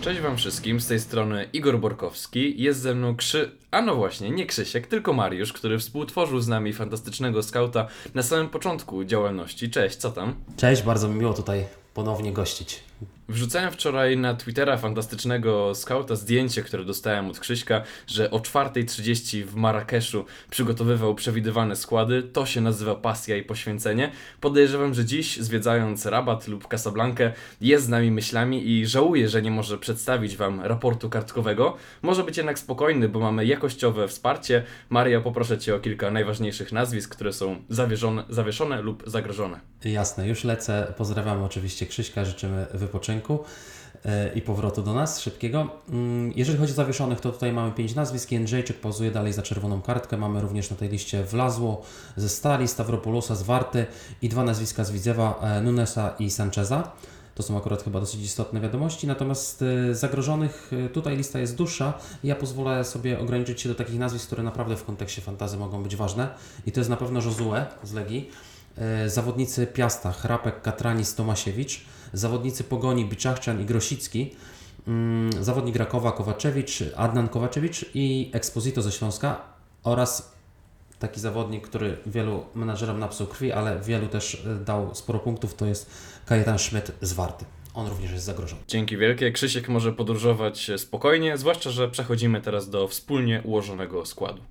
Cześć wam wszystkim, z tej strony Igor Borkowski, jest ze mną nie Krzysiek, tylko Mariusz, który współtworzył z nami fantastycznego skauta na samym początku działalności. Cześć, co tam? Cześć, bardzo mi miło tutaj ponownie gościć. Wrzucałem wczoraj na Twittera fantastycznego skauta zdjęcie, które dostałem od Krzyśka, że o 4:30 w Marrakeszu przygotowywał przewidywane składy. To się nazywa pasja i poświęcenie. Podejrzewam, że dziś, zwiedzając Rabat lub Casablankę, jest z nami myślami i żałuje, że nie może przedstawić wam raportu kartkowego. Może być jednak spokojny, bo mamy jakościowe wsparcie. Maria, poproszę cię o kilka najważniejszych nazwisk, które są zawieszone lub zagrożone. Jasne, już lecę. Pozdrawiamy oczywiście Krzyśka, życzymy wypoczynku i powrotu do nas szybkiego. Jeżeli chodzi o zawieszonych, to tutaj mamy 5 nazwisk. Jędrzejczyk pauzuje dalej za czerwoną kartkę. Mamy również na tej liście Wlazło ze Stali, Stavropoulosa z Warty i 2 nazwiska z Widzewa, Nunesa i Sancheza. To są akurat chyba dosyć istotne wiadomości, natomiast zagrożonych tutaj lista jest dłuższa i ja pozwolę sobie ograniczyć się do takich nazwisk, które naprawdę w kontekście fantasy mogą być ważne. I to jest na pewno Josue z Legii, zawodnicy Piasta, Chrapek, Katranis, Tomasiewicz, zawodnicy Pogoni, Biczachczan i Grosicki, zawodnik Rakowa, Kowaczewicz, Adnan Kowaczewicz i Exposito ze Śląska oraz taki zawodnik, który wielu menadżerom napsuł krwi, ale wielu też dał sporo punktów, to jest Kajetan Schmidt z Warty. On również jest zagrożony. Dzięki wielkie. Krzysiek może podróżować spokojnie, zwłaszcza, że przechodzimy teraz do wspólnie ułożonego składu.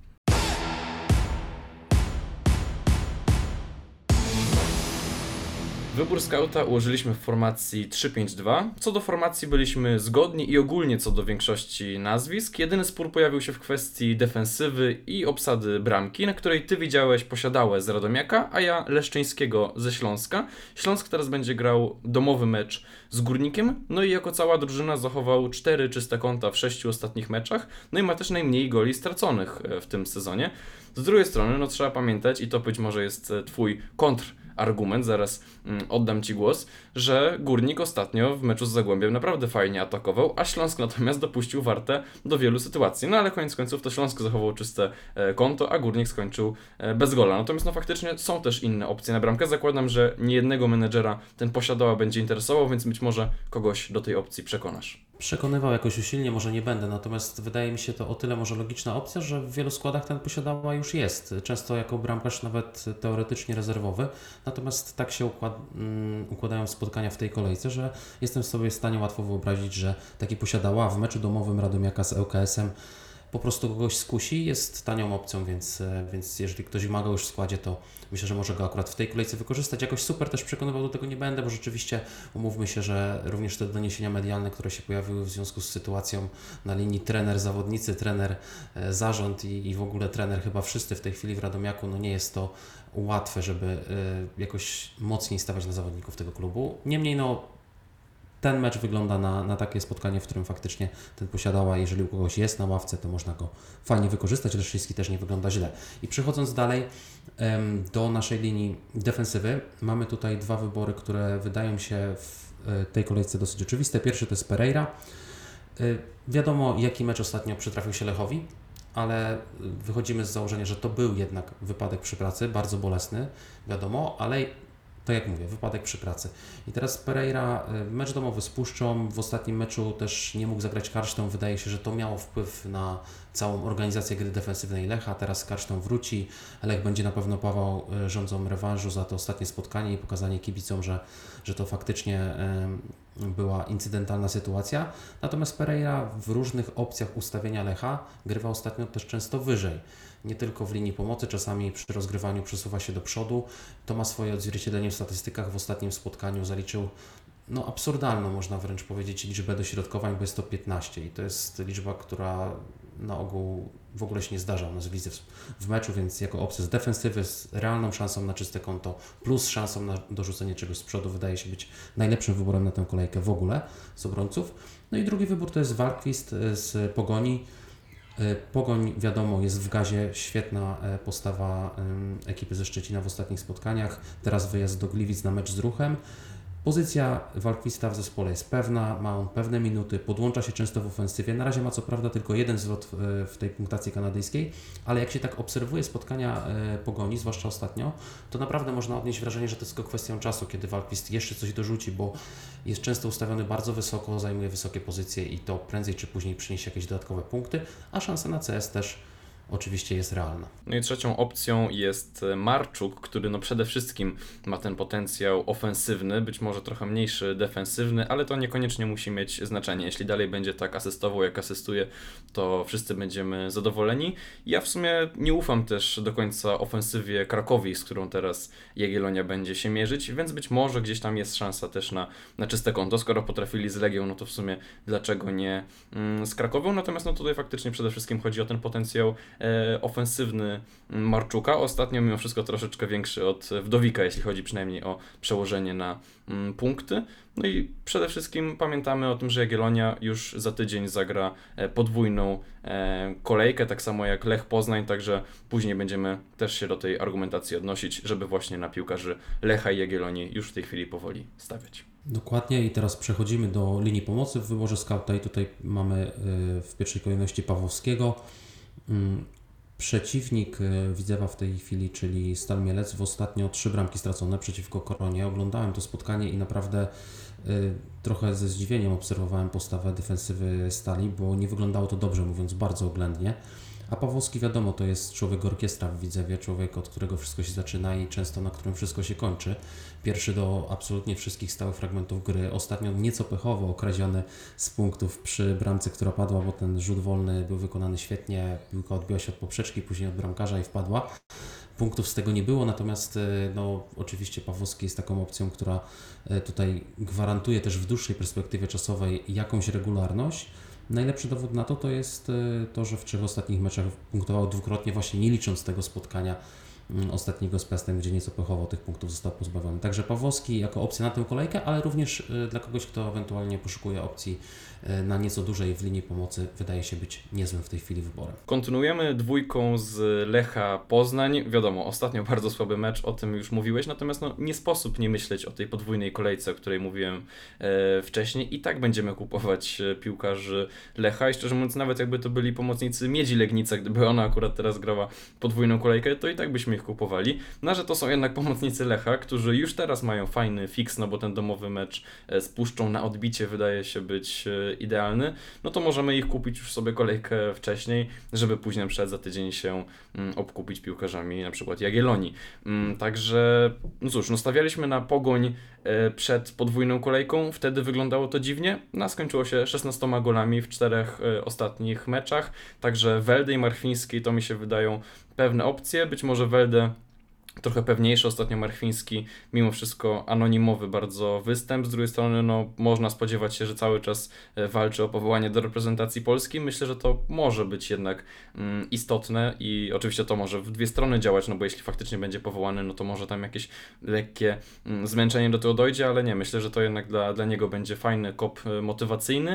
Wybór skauta ułożyliśmy w formacji 3-5-2. Co do formacji byliśmy zgodni i ogólnie co do większości nazwisk. Jedyny spór pojawił się w kwestii defensywy i obsady bramki, na której ty widziałeś Posiadałe z Radomiaka, a ja Leszczyńskiego ze Śląska. Śląsk teraz będzie grał domowy mecz z Górnikiem, no i jako cała drużyna zachował 4 czyste konta w 6 ostatnich meczach, no i ma też najmniej goli straconych w tym sezonie. Z drugiej strony, no trzeba pamiętać, i to być może jest twój kontrargument, zaraz oddam ci głos, że Górnik ostatnio w meczu z Zagłębiem naprawdę fajnie atakował, a Śląsk natomiast dopuścił Wartę do wielu sytuacji. No ale koniec końców to Śląsk zachował czyste konto, a Górnik skończył bez gola. Natomiast no faktycznie są też inne opcje na bramkę. Zakładam, że niejednego menedżera ten Posiadała będzie interesował, więc być może kogoś do tej opcji przekonasz. Przekonywał jakoś usilnie, może nie będę, natomiast wydaje mi się to o tyle może logiczna opcja, że w wielu składach ten Posiadała już jest, często jako bramkarz nawet teoretycznie rezerwowy, natomiast tak się układają spotkania w tej kolejce, że jestem sobie w stanie łatwo wyobrazić, że taki Posiadała w meczu domowym Radomiaka z ŁKS-em po prostu kogoś skusi, jest tanią opcją, więc jeżeli ktoś ma go już w składzie, to myślę, że może go akurat w tej kolejce wykorzystać. Jakoś super też przekonywał do tego nie będę, bo rzeczywiście umówmy się, że również te doniesienia medialne, które się pojawiły w związku z sytuacją na linii trener-zawodnicy, trener-zarząd i w ogóle trener, chyba wszyscy w tej chwili w Radomiaku, no nie jest to łatwe, żeby jakoś mocniej stawiać na zawodników tego klubu. Niemniej ten mecz wygląda na takie spotkanie, w którym faktycznie ten Posiadała, jeżeli u kogoś jest na ławce, to można go fajnie wykorzystać. Leszczyński też nie wygląda źle. I przechodząc dalej do naszej linii defensywy, mamy tutaj 2 wybory, które wydają się w tej kolejce dosyć oczywiste. Pierwszy to jest Pereira. Wiadomo, jaki mecz ostatnio przytrafił się Lechowi, ale wychodzimy z założenia, że to był jednak wypadek przy pracy, bardzo bolesny, wiadomo, ale to jak mówię, wypadek przy pracy. I teraz Pereira, mecz domowy z Puszczą, w ostatnim meczu też nie mógł zagrać Karsztą. Wydaje się, że to miało wpływ na całą organizację gry defensywnej Lecha. Teraz Karsztą wróci. Lech będzie na pewno pawał rządzą rewanżu za to ostatnie spotkanie i pokazanie kibicom, że to faktycznie była incydentalna sytuacja. Natomiast Pereira w różnych opcjach ustawienia Lecha grywa ostatnio też często wyżej. Nie tylko w linii pomocy, czasami przy rozgrywaniu przesuwa się do przodu. To ma swoje odzwierciedlenie w statystykach. W ostatnim spotkaniu zaliczył absurdalną, można wręcz powiedzieć, liczbę dośrodkowań, bo jest to 15 i to jest liczba, która na ogół w ogóle się nie zdarza u nas w lidze w meczu, więc jako opcja z defensywy z realną szansą na czyste konto plus szansą na dorzucenie czegoś z przodu wydaje się być najlepszym wyborem na tę kolejkę w ogóle z obrońców. No i drugi wybór to jest Wahlqvist z Pogoni. Pogoń, wiadomo, jest w gazie, świetna postawa ekipy ze Szczecina w ostatnich spotkaniach. Teraz wyjazd do Gliwic na mecz z Ruchem. Pozycja Walkwista w zespole jest pewna, ma on pewne minuty, podłącza się często w ofensywie. Na razie ma co prawda tylko jeden zwrot w tej punktacji kanadyjskiej, ale jak się tak obserwuje spotkania Pogoni, zwłaszcza ostatnio, to naprawdę można odnieść wrażenie, że to jest tylko kwestią czasu, kiedy Walkwist jeszcze coś dorzuci, bo jest często ustawiony bardzo wysoko, zajmuje wysokie pozycje i to prędzej czy później przyniesie jakieś dodatkowe punkty, a szansa na CS też oczywiście jest realna. No i trzecią opcją jest Marczuk, który no przede wszystkim ma ten potencjał ofensywny, być może trochę mniejszy defensywny, ale to niekoniecznie musi mieć znaczenie. Jeśli dalej będzie tak asystował, jak asystuje, to wszyscy będziemy zadowoleni. Ja w sumie nie ufam też do końca ofensywie Krakowi, z którą teraz Jagiellonia będzie się mierzyć, więc być może gdzieś tam jest szansa też na czyste konto. Skoro potrafili z Legią, no to w sumie dlaczego nie z Krakową? Natomiast no tutaj faktycznie przede wszystkim chodzi o ten potencjał ofensywny Marczuka. Ostatnio mimo wszystko troszeczkę większy od Wdowika, jeśli chodzi przynajmniej o przełożenie na punkty. No i przede wszystkim pamiętamy o tym, że Jagiellonia już za tydzień zagra podwójną kolejkę, tak samo jak Lech Poznań, także później będziemy też się do tej argumentacji odnosić, żeby właśnie na piłkarzy Lecha i Jagiellonii już w tej chwili powoli stawiać. Dokładnie i teraz przechodzimy do linii pomocy w wyborze skauta i tutaj mamy w pierwszej kolejności Pawłowskiego. Przeciwnik Widzewa w tej chwili, czyli Stal Mielec, w ostatnio 3 bramki stracone przeciwko Koronie. Oglądałem to spotkanie i naprawdę trochę ze zdziwieniem obserwowałem postawę defensywy Stali, bo nie wyglądało to dobrze, mówiąc bardzo oględnie. A Pawłowski wiadomo, to jest człowiek orkiestra w Widzewie, człowiek, od którego wszystko się zaczyna i często na którym wszystko się kończy. Pierwszy do absolutnie wszystkich stałych fragmentów gry. Ostatnio nieco pechowo okradziony z punktów przy bramce, która padła, bo ten rzut wolny był wykonany świetnie. Piłka odbiła się od poprzeczki, później od bramkarza i wpadła. Punktów z tego nie było, natomiast no, oczywiście Pawłowski jest taką opcją, która tutaj gwarantuje też w dłuższej perspektywie czasowej jakąś regularność. Najlepszy dowód na to jest to, że w 3 ostatnich meczach punktował dwukrotnie, właśnie nie licząc tego spotkania ostatniego z Pestem, gdzie nieco pechowo tych punktów został pozbawiony. Także Pawłowski jako opcja na tę kolejkę, ale również dla kogoś, kto ewentualnie poszukuje opcji na nieco dłużej w linii pomocy, wydaje się być niezłym w tej chwili wyborem. Kontynuujemy dwójką z Lecha Poznań. Wiadomo, ostatnio bardzo słaby mecz, o tym już mówiłeś, natomiast no, nie sposób nie myśleć o tej podwójnej kolejce, o której mówiłem wcześniej. I tak będziemy kupować piłkarzy Lecha i szczerze mówiąc, nawet jakby to byli pomocnicy Miedzi Legnica, gdyby ona akurat teraz grała podwójną kolejkę, to i tak byśmy ich kupowali. No, że to są jednak pomocnicy Lecha, którzy już teraz mają fajny fix, no bo ten domowy mecz z Puszczą na odbicie wydaje się być idealny, no to możemy ich kupić już sobie kolejkę wcześniej, żeby później za tydzień się obkupić piłkarzami na przykład Jagiellonii. Także, no cóż, no stawialiśmy na Pogoń przed podwójną kolejką, wtedy wyglądało to dziwnie, no skończyło się 16 golami w 4 ostatnich meczach, także Welde i Marchwiński to mi się wydają pewne opcje, być może Welde trochę pewniejszy, ostatnio Marchwiński, mimo wszystko anonimowy bardzo występ. Z drugiej strony no, można spodziewać się, że cały czas walczy o powołanie do reprezentacji Polski. Myślę, że to może być jednak istotne i oczywiście to może w dwie strony działać, no bo jeśli faktycznie będzie powołany, no to może tam jakieś lekkie zmęczenie do tego dojdzie, ale nie, myślę, że to jednak dla niego będzie fajny kop motywacyjny.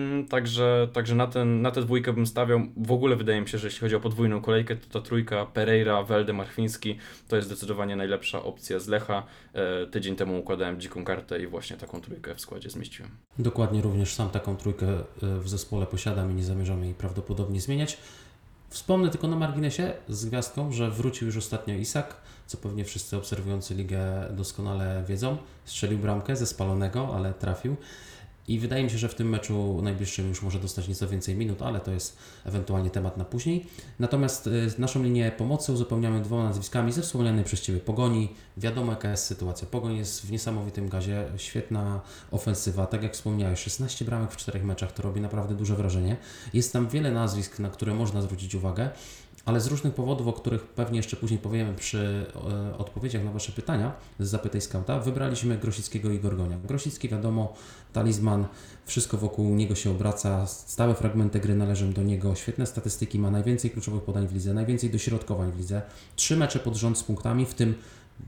Także na tę dwójkę bym stawiał. W ogóle wydaje mi się, że jeśli chodzi o podwójną kolejkę, to ta trójka Pereira, Welde, Marchwiński to jest zdecydowanie najlepsza opcja z Lecha. Tydzień temu układałem dziką kartę i właśnie taką trójkę w składzie zmieściłem. Dokładnie, również sam taką trójkę w zespole posiadam i nie zamierzam jej prawdopodobnie zmieniać. Wspomnę tylko na marginesie z gwiazdką, że wrócił już ostatnio Isak, co pewnie wszyscy obserwujący ligę doskonale wiedzą. Strzelił bramkę ze spalonego, ale trafił. I wydaje mi się, że w tym meczu najbliższym już może dostać nieco więcej minut, ale to jest ewentualnie temat na później. Natomiast naszą linię pomocy uzupełniamy 2 nazwiskami ze wspomnianej przez Ciebie Pogoni. Wiadomo, jaka jest sytuacja. Pogoń jest w niesamowitym gazie, świetna ofensywa. Tak jak wspomniałeś, 16 bramek w 4 meczach, to robi naprawdę duże wrażenie. Jest tam wiele nazwisk, na które można zwrócić uwagę, ale z różnych powodów, o których pewnie jeszcze później powiemy przy odpowiedziach na Wasze pytania z Zapytaj Skauta, wybraliśmy Grosickiego i Gorgonia. Grosicki, wiadomo, talizman, wszystko wokół niego się obraca, stałe fragmenty gry należą do niego, świetne statystyki, ma najwięcej kluczowych podań w lidze, najwięcej dośrodkowań w lidze, 3 mecze pod rząd z punktami, w tym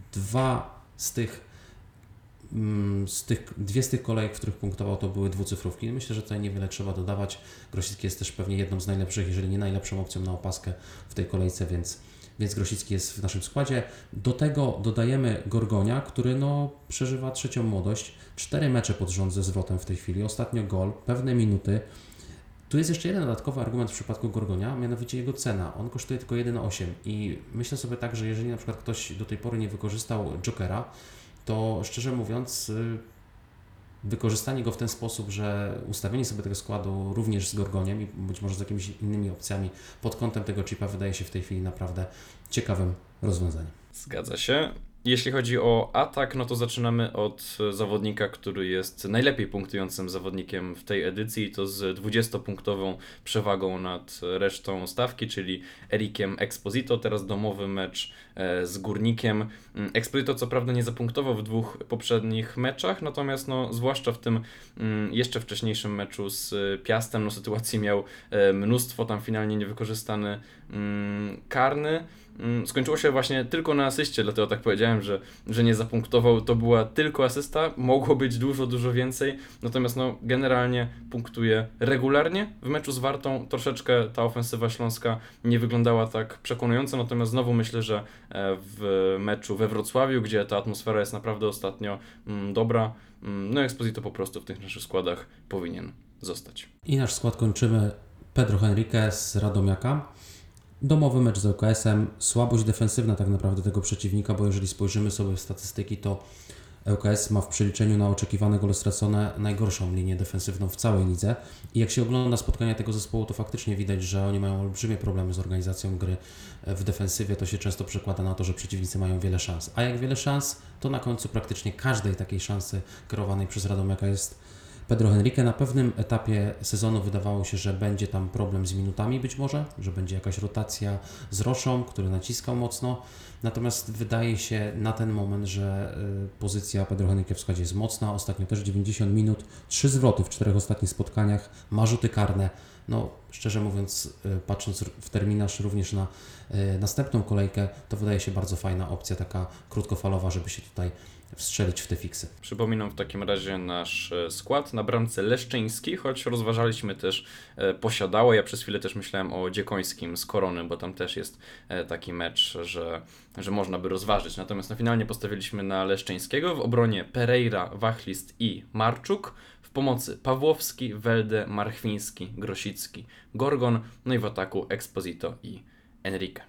2 z tych kolejek, w których punktował, to były dwucyfrówki. Myślę, że tutaj niewiele trzeba dodawać. Grosicki jest też pewnie jedną z najlepszych, jeżeli nie najlepszą opcją na opaskę w tej kolejce, więc więc Grosicki jest w naszym składzie. Do tego dodajemy Gorgonia, który przeżywa trzecią młodość. 4 mecze pod rząd ze zwrotem w tej chwili, ostatnio gol, pewne minuty. Tu jest jeszcze jeden dodatkowy argument w przypadku Gorgonia, mianowicie jego cena. On kosztuje tylko 1,8 i myślę sobie tak, że jeżeli na przykład ktoś do tej pory nie wykorzystał Jokera, to szczerze mówiąc wykorzystanie go w ten sposób, że ustawienie sobie tego składu również z Gorgoniem i być może z jakimiś innymi opcjami pod kątem tego chipa wydaje się w tej chwili naprawdę ciekawym rozwiązaniem. Zgadza się. Jeśli chodzi o atak, no to zaczynamy od zawodnika, który jest najlepiej punktującym zawodnikiem w tej edycji, to z 20-punktową przewagą nad resztą stawki, czyli Erikiem Exposito, teraz domowy mecz z Górnikiem. Exposito co prawda nie zapunktował w 2 poprzednich meczach, natomiast zwłaszcza w tym jeszcze wcześniejszym meczu z Piastem, sytuacji miał mnóstwo, tam finalnie niewykorzystany karny. Skończyło się właśnie tylko na asyście, dlatego tak powiedziałem, że nie zapunktował. To była tylko asysta, mogło być dużo więcej, natomiast generalnie punktuje regularnie. W meczu z Wartą troszeczkę ta ofensywa śląska nie wyglądała tak przekonująco, natomiast znowu myślę, że w meczu we Wrocławiu, gdzie ta atmosfera jest naprawdę ostatnio dobra, Exposito po prostu w tych naszych składach powinien zostać. I nasz skład kończymy. Pedro Henrique z Radomiaka. Domowy mecz z ŁKS-em, słabość defensywna tak naprawdę tego przeciwnika, bo jeżeli spojrzymy sobie w statystyki, to ŁKS ma w przeliczeniu na oczekiwane gole stracone najgorszą linię defensywną w całej lidze i jak się ogląda spotkania tego zespołu, to faktycznie widać, że oni mają olbrzymie problemy z organizacją gry w defensywie. To się często przekłada na to, że przeciwnicy mają wiele szans, a jak wiele szans, to na końcu praktycznie każdej takiej szansy kierowanej przez Radomiaka jest Pedro Henrique. Na pewnym etapie sezonu wydawało się, że będzie tam problem z minutami być może, że będzie jakaś rotacja z Roszą, który naciskał mocno. Natomiast wydaje się na ten moment, że pozycja Pedro Henrique w składzie jest mocna. Ostatnio też 90 minut, 3 zwroty w 4 ostatnich spotkaniach, ma rzuty karne. Szczerze mówiąc, patrząc w terminarz również na następną kolejkę, to wydaje się bardzo fajna opcja, taka krótkofalowa, żeby się tutaj wstrzelić w te fiksy. Przypominam w takim razie nasz skład. Na bramce Leszczyński, choć rozważaliśmy też Posiadało. Ja przez chwilę też myślałem o Dziekońskim z Korony, bo tam też jest taki mecz, że można by rozważyć. Natomiast finalnie postawiliśmy na Leszczyńskiego. W obronie Pereira, Wachlist i Marczuk. W pomocy Pawłowski, Welde, Marchwiński, Grosicki, Gorgon. No i w ataku Exposito i Enrique.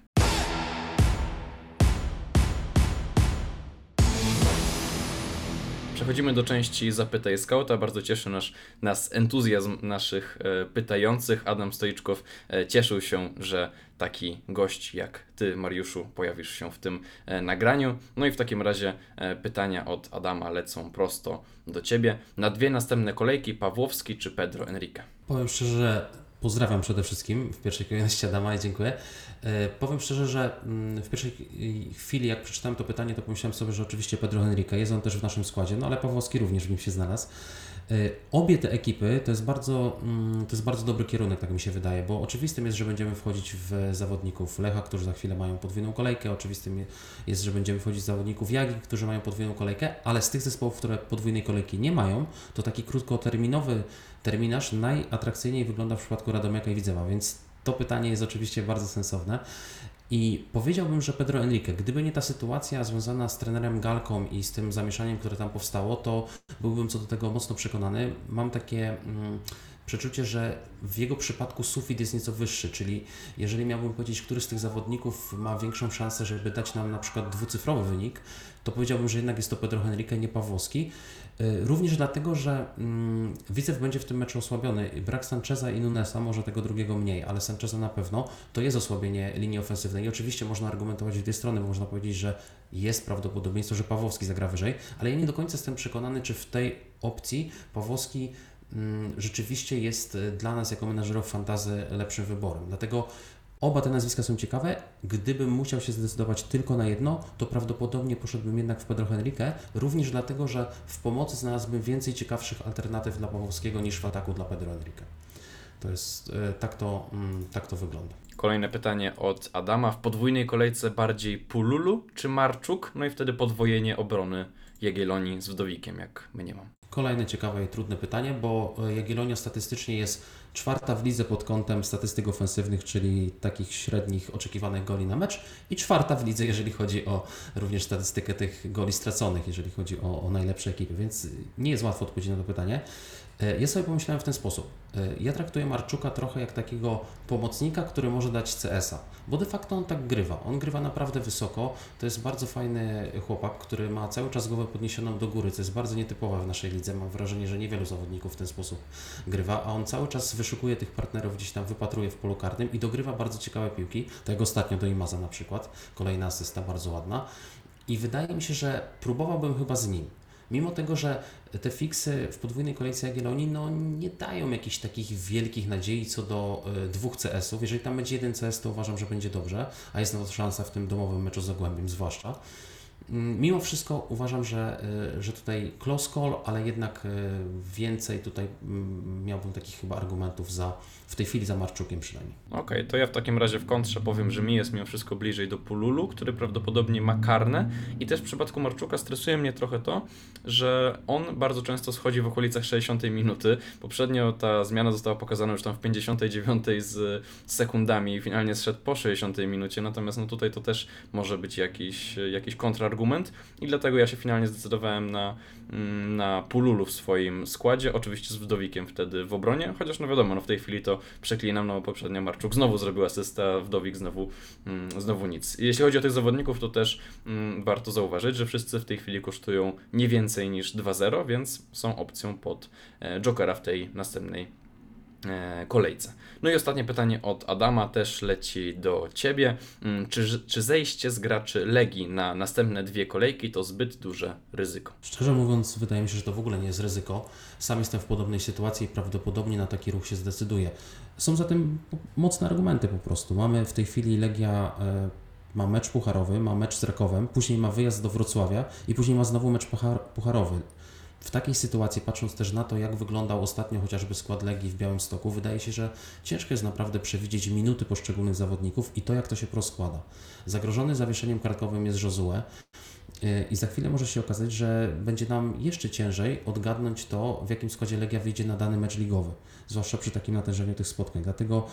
Przechodzimy do części Zapytaj Skauta. Bardzo cieszy nas entuzjazm naszych pytających. Adam Stoiczkow cieszył się, że taki gość jak Ty, Mariuszu, pojawisz się w tym nagraniu. No i w takim razie pytania od Adama lecą prosto do Ciebie. Na 2 następne kolejki Pawłowski czy Pedro Enrique? Powiem szczerze, że pozdrawiam przede wszystkim w pierwszej kolejności Adama i dziękuję. Powiem szczerze, że w pierwszej chwili jak przeczytałem to pytanie, to pomyślałem sobie, że oczywiście Pedro Henrique, jest on też w naszym składzie, ale Pawłowski również w nim się znalazł. Obie te ekipy to jest bardzo dobry kierunek, tak mi się wydaje, bo oczywistym jest, że będziemy wchodzić w zawodników Lecha, którzy za chwilę mają podwójną kolejkę, oczywistym jest, że będziemy wchodzić w zawodników Jagi, którzy mają podwójną kolejkę, ale z tych zespołów, które podwójnej kolejki nie mają, to taki krótkoterminowy terminarz najatrakcyjniej wygląda w przypadku Radomiaka i Widzewa, więc to pytanie jest oczywiście bardzo sensowne. I powiedziałbym, że Pedro Henrique, gdyby nie ta sytuacja związana z trenerem Galką i z tym zamieszaniem, które tam powstało, to byłbym co do tego mocno przekonany. Mam takie przeczucie, że w jego przypadku sufit jest nieco wyższy, czyli jeżeli miałbym powiedzieć, który z tych zawodników ma większą szansę, żeby dać nam na przykład dwucyfrowy wynik, to powiedziałbym, że jednak jest to Pedro Henrique, nie Pawłowski. Również dlatego, że Widzew będzie w tym meczu osłabiony. Brak Sancheza i Nunesa, może tego drugiego mniej, ale Sancheza na pewno, to jest osłabienie linii ofensywnej. I oczywiście można argumentować w dwie strony, bo można powiedzieć, że jest prawdopodobieństwo, że Pawłowski zagra wyżej, ale ja nie do końca jestem przekonany, czy w tej opcji Pawłowski rzeczywiście jest dla nas jako menadżerów fantasy lepszym wyborem. Dlatego oba te nazwiska są ciekawe. Gdybym musiał się zdecydować tylko na jedno, to prawdopodobnie poszedłbym jednak w Pedro Henrique, również dlatego, że w pomocy znalazłbym więcej ciekawszych alternatyw dla Pawłowskiego niż w ataku dla Pedro Henrique. To jest, tak to wygląda. Kolejne pytanie od Adama. W podwójnej kolejce bardziej Pululu czy Marczuk? No i wtedy podwojenie obrony Jagiellonii z Wdowikiem, jak mnie nie mam. Kolejne ciekawe i trudne pytanie, bo Jagiellonia statystycznie jest czwarta w lidze pod kątem statystyk ofensywnych, czyli takich średnich oczekiwanych goli na mecz i czwarta w lidze, jeżeli chodzi o również statystykę tych goli straconych, jeżeli chodzi o najlepsze ekipy, więc nie jest łatwo odpowiedzieć na to pytanie. Ja sobie pomyślałem w ten sposób. Ja traktuję Marczuka trochę jak takiego pomocnika, który może dać CS-a, bo de facto on tak grywa. On grywa naprawdę wysoko. To jest bardzo fajny chłopak, który ma cały czas głowę podniesioną do góry, co jest bardzo nietypowe w naszej lidze. Mam wrażenie, że niewielu zawodników w ten sposób grywa, a on cały czas wyszukuje tych partnerów, gdzieś tam wypatruje w polu karnym i dogrywa bardzo ciekawe piłki. Tak jak ostatnio do Imaza na przykład. Kolejna asysta bardzo ładna. I wydaje mi się, że próbowałbym chyba z nim. Mimo tego, że te fiksy w podwójnej kolejce Jagiellonii nie dają jakichś takich wielkich nadziei co do dwóch CS-ów. Jeżeli tam będzie jeden CS, to uważam, że będzie dobrze, a jest na to szansa w tym domowym meczu z Zagłębiem zwłaszcza. Mimo wszystko uważam, że tutaj close call, ale jednak więcej tutaj miałbym takich chyba argumentów w tej chwili za Marczukiem przynajmniej. Okej, to ja w takim razie w kontrze powiem, że mi jest mimo wszystko bliżej do Pululu, który prawdopodobnie ma karne i też w przypadku Marczuka stresuje mnie trochę to, że on bardzo często schodzi w okolicach 60 minuty. Poprzednio ta zmiana została pokazana już tam w 59 z sekundami i finalnie zszedł po 60 minucie, natomiast no tutaj to też może być jakiś kontrargument i dlatego ja się finalnie zdecydowałem na Pululu w swoim składzie, oczywiście z Wdowikiem wtedy w obronie, chociaż no wiadomo, no w tej chwili to przeklinam, no poprzednio Marczuk znowu zrobił asystę, Wdowik znowu nic. Jeśli chodzi o tych zawodników, to też warto zauważyć, że wszyscy w tej chwili kosztują nie więcej niż 2-0, więc są opcją pod Jokera w tej następnej kolejce. No i ostatnie pytanie od Adama też leci do Ciebie. Czy zejście z graczy Legii na następne dwie kolejki to zbyt duże ryzyko? Szczerze mówiąc, wydaje mi się, że to w ogóle nie jest ryzyko. Sam jestem w podobnej sytuacji i prawdopodobnie na taki ruch się zdecyduję. Są zatem mocne argumenty po prostu. Mamy w tej chwili Legia ma mecz pucharowy, ma mecz z Rakowem, później ma wyjazd do Wrocławia i później ma znowu mecz pucharowy. W takiej sytuacji, patrząc też na to, jak wyglądał ostatnio chociażby skład Legii w Białymstoku, wydaje się, że ciężko jest naprawdę przewidzieć minuty poszczególnych zawodników i to, jak to się rozkłada. Zagrożony zawieszeniem kartkowym jest Josue i za chwilę może się okazać, że będzie nam jeszcze ciężej odgadnąć to, w jakim składzie Legia wyjdzie na dany mecz ligowy, zwłaszcza przy takim natężeniu tych spotkań. Dlatego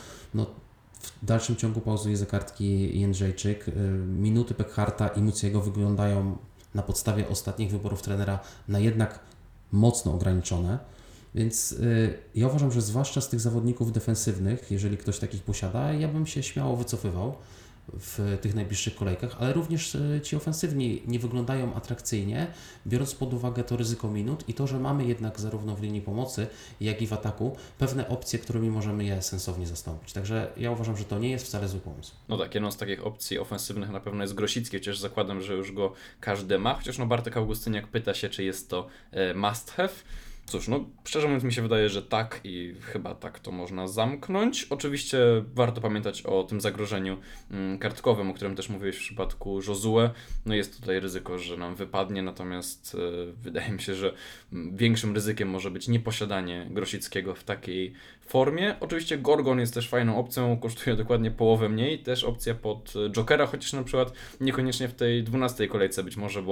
w dalszym ciągu pauzuje za kartki Jędrzejczyk. Minuty Pekharta i Muciego wyglądają na podstawie ostatnich wyborów trenera na jednak mocno ograniczone, więc ja uważam, że zwłaszcza z tych zawodników defensywnych, jeżeli ktoś takich posiada, ja bym się śmiało wycofywał w tych najbliższych kolejkach, ale również ci ofensywni nie wyglądają atrakcyjnie, biorąc pod uwagę to ryzyko minut i to, że mamy jednak zarówno w linii pomocy, jak i w ataku pewne opcje, którymi możemy je sensownie zastąpić. Także ja uważam, że to nie jest wcale zły pomysł. No tak, jedną z takich opcji ofensywnych na pewno jest Grosicki, chociaż zakładam, że już go każdy ma, chociaż no Bartek Augustyniak pyta się, czy jest to must have. Cóż, no szczerze mówiąc mi się wydaje, że tak i chyba tak to można zamknąć. Oczywiście warto pamiętać o tym zagrożeniu kartkowym, o którym też mówiłeś w przypadku Josue. No jest tutaj ryzyko, że nam wypadnie, natomiast wydaje mi się, że większym ryzykiem może być nieposiadanie Grosickiego w takiej formie. Oczywiście Gorgon jest też fajną opcją, kosztuje dokładnie połowę mniej. Też opcja pod Jokera, chociaż na przykład niekoniecznie w tej 12 kolejce być może,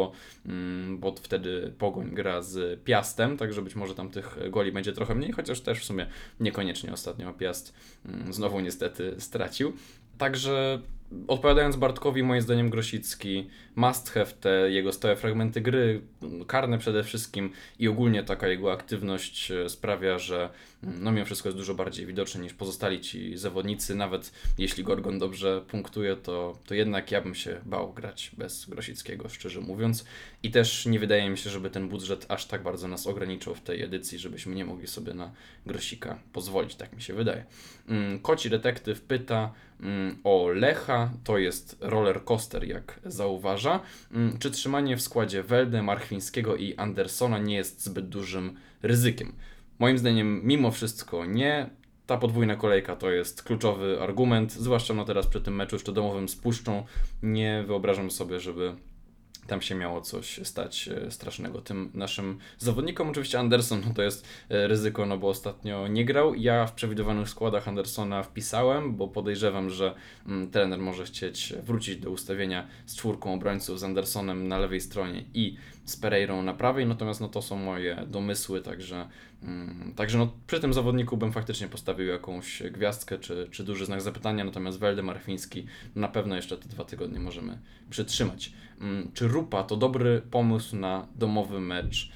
bo wtedy Pogoń gra z Piastem, także być może tam tych goli będzie trochę mniej, chociaż też w sumie niekoniecznie ostatnio Piast znowu niestety stracił. Także odpowiadając Bartkowi, moim zdaniem Grosicki must have, te jego stałe fragmenty gry, karne przede wszystkim i ogólnie taka jego aktywność sprawia, że no mimo wszystko jest dużo bardziej widoczny niż pozostali ci zawodnicy. Nawet jeśli Gorgon dobrze punktuje, to jednak ja bym się bał grać bez Grosickiego, szczerze mówiąc. I też nie wydaje mi się, żeby ten budżet aż tak bardzo nas ograniczał w tej edycji, żebyśmy nie mogli sobie na Grosika pozwolić, tak mi się wydaje. Koci Detektyw pyta o Lecha, to jest roller coaster, jak zauważa. Czy trzymanie w składzie Welde, Marchwińskiego i Andersona nie jest zbyt dużym ryzykiem? Moim zdaniem mimo wszystko nie. Ta podwójna kolejka to jest kluczowy argument, zwłaszcza no teraz przy tym meczu jeszcze domowym z Puszczą. Nie wyobrażam sobie, żeby tam się miało coś stać strasznego tym naszym zawodnikom. Oczywiście Anderson no to jest ryzyko, no bo ostatnio nie grał. Ja w przewidywanych składach Andersona wpisałem, bo podejrzewam, że trener może chcieć wrócić do ustawienia z czwórką obrońców z Andersonem na lewej stronie i z Pereirą na prawej, natomiast no to są moje domysły, także no przy tym zawodniku bym faktycznie postawił jakąś gwiazdkę czy duży znak zapytania, natomiast Waldemar Fiński na pewno jeszcze te 2 tygodnie możemy przytrzymać. Czy Rupa to dobry pomysł na domowy mecz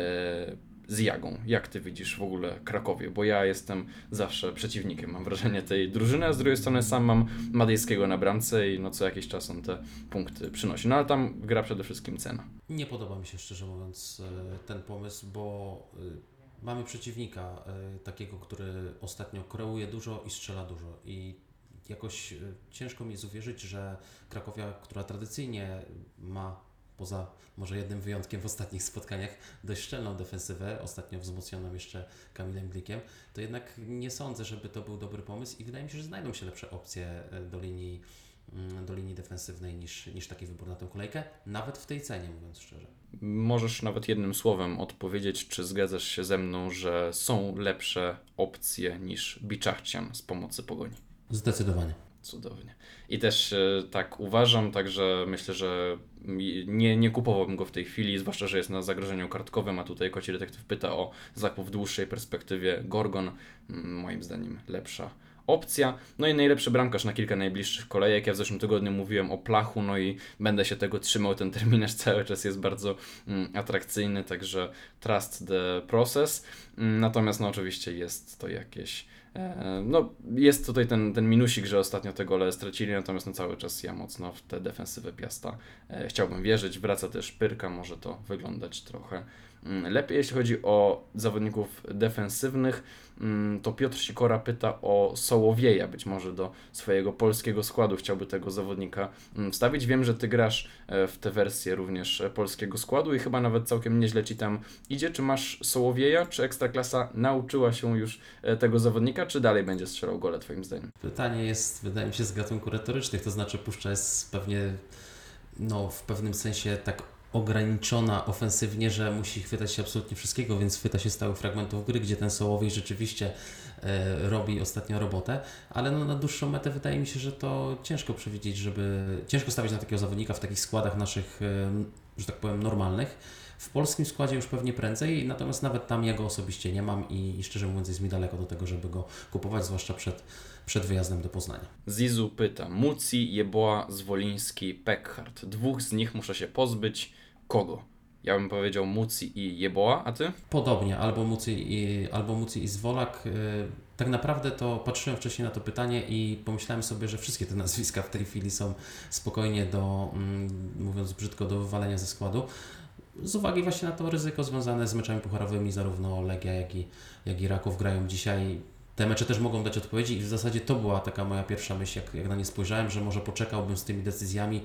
z Jagą? Jak ty widzisz w ogóle Krakowie? Bo ja jestem zawsze przeciwnikiem, mam wrażenie, tej drużyny, a z drugiej strony sam mam Madejskiego na bramce i no co jakiś czas on te punkty przynosi. No ale tam gra przede wszystkim cena. Nie podoba mi się szczerze mówiąc ten pomysł, bo mamy przeciwnika takiego, który ostatnio kreuje dużo i strzela dużo i jakoś ciężko mi jest uwierzyć, że Krakowia, która tradycyjnie ma, poza może jednym wyjątkiem w ostatnich spotkaniach, dość szczelną defensywę, ostatnio wzmocnioną jeszcze Kamilem Glikiem, to jednak nie sądzę, żeby to był dobry pomysł i wydaje mi się, że znajdą się lepsze opcje do linii defensywnej niż taki wybór na tę kolejkę, nawet w tej cenie, mówiąc szczerze. Możesz nawet jednym słowem odpowiedzieć, czy zgadzasz się ze mną, że są lepsze opcje niż Biczachcian z pomocy Pogoni? Zdecydowanie. Cudownie. I też tak uważam, także myślę, że nie kupowałbym go w tej chwili, zwłaszcza, że jest na zagrożeniu kartkowym, a tutaj Koci Detektyw pyta o zakup w dłuższej perspektywie. Gorgon, moim zdaniem lepsza opcja. No i najlepszy bramkarz na kilka najbliższych kolejek. Ja w zeszłym tygodniu mówiłem o Plachu, no i będę się tego trzymał. Ten terminarz cały czas jest bardzo atrakcyjny, także trust the process. Natomiast no oczywiście jest to jakieś... No, jest tutaj ten minusik, że ostatnio te gole stracili, natomiast no cały czas ja mocno w tę defensywę Piasta chciałbym wierzyć. Wraca też Pyrka, może to wyglądać trochę lepiej. Jeśli chodzi o zawodników defensywnych, to Piotr Sikora pyta o Sołowieja, być może do swojego polskiego składu chciałby tego zawodnika wstawić. Wiem, że ty grasz w tę wersję również polskiego składu i chyba nawet całkiem nieźle ci tam idzie. Czy masz Sołowieja, czy Ekstraklasa nauczyła się już tego zawodnika, czy dalej będzie strzelał gole twoim zdaniem? Pytanie jest, wydaje mi się, z gatunku retorycznych, to znaczy Puszcza jest pewnie w pewnym sensie tak ograniczona ofensywnie, że musi chwytać się absolutnie wszystkiego, więc chwyta się stałych fragmentów gry, gdzie ten Sołowiej rzeczywiście robi ostatnio robotę, ale na dłuższą metę wydaje mi się, że to ciężko przewidzieć, ciężko stawiać na takiego zawodnika w takich składach naszych, że tak powiem, normalnych. W polskim składzie już pewnie prędzej, natomiast nawet tam ja go osobiście nie mam i szczerze mówiąc jest mi daleko do tego, żeby go kupować, zwłaszcza przed wyjazdem do Poznania. Zizu pyta, Muci, Jeboa, Zwoliński, Peckhardt. 2 z nich muszę się pozbyć. Kogo? Ja bym powiedział Muci i Jeboa, a ty? Podobnie, albo Muci i Zwolak. Tak naprawdę to patrzyłem wcześniej na to pytanie i pomyślałem sobie, że wszystkie te nazwiska w tej chwili są spokojnie mówiąc brzydko, do wywalenia ze składu. Z uwagi właśnie na to ryzyko związane z meczami pucharowymi, zarówno Legia, jak i Raków grają dzisiaj. Te mecze też mogą dać odpowiedzi i w zasadzie to była taka moja pierwsza myśl, jak na nie spojrzałem, że może poczekałbym z tymi decyzjami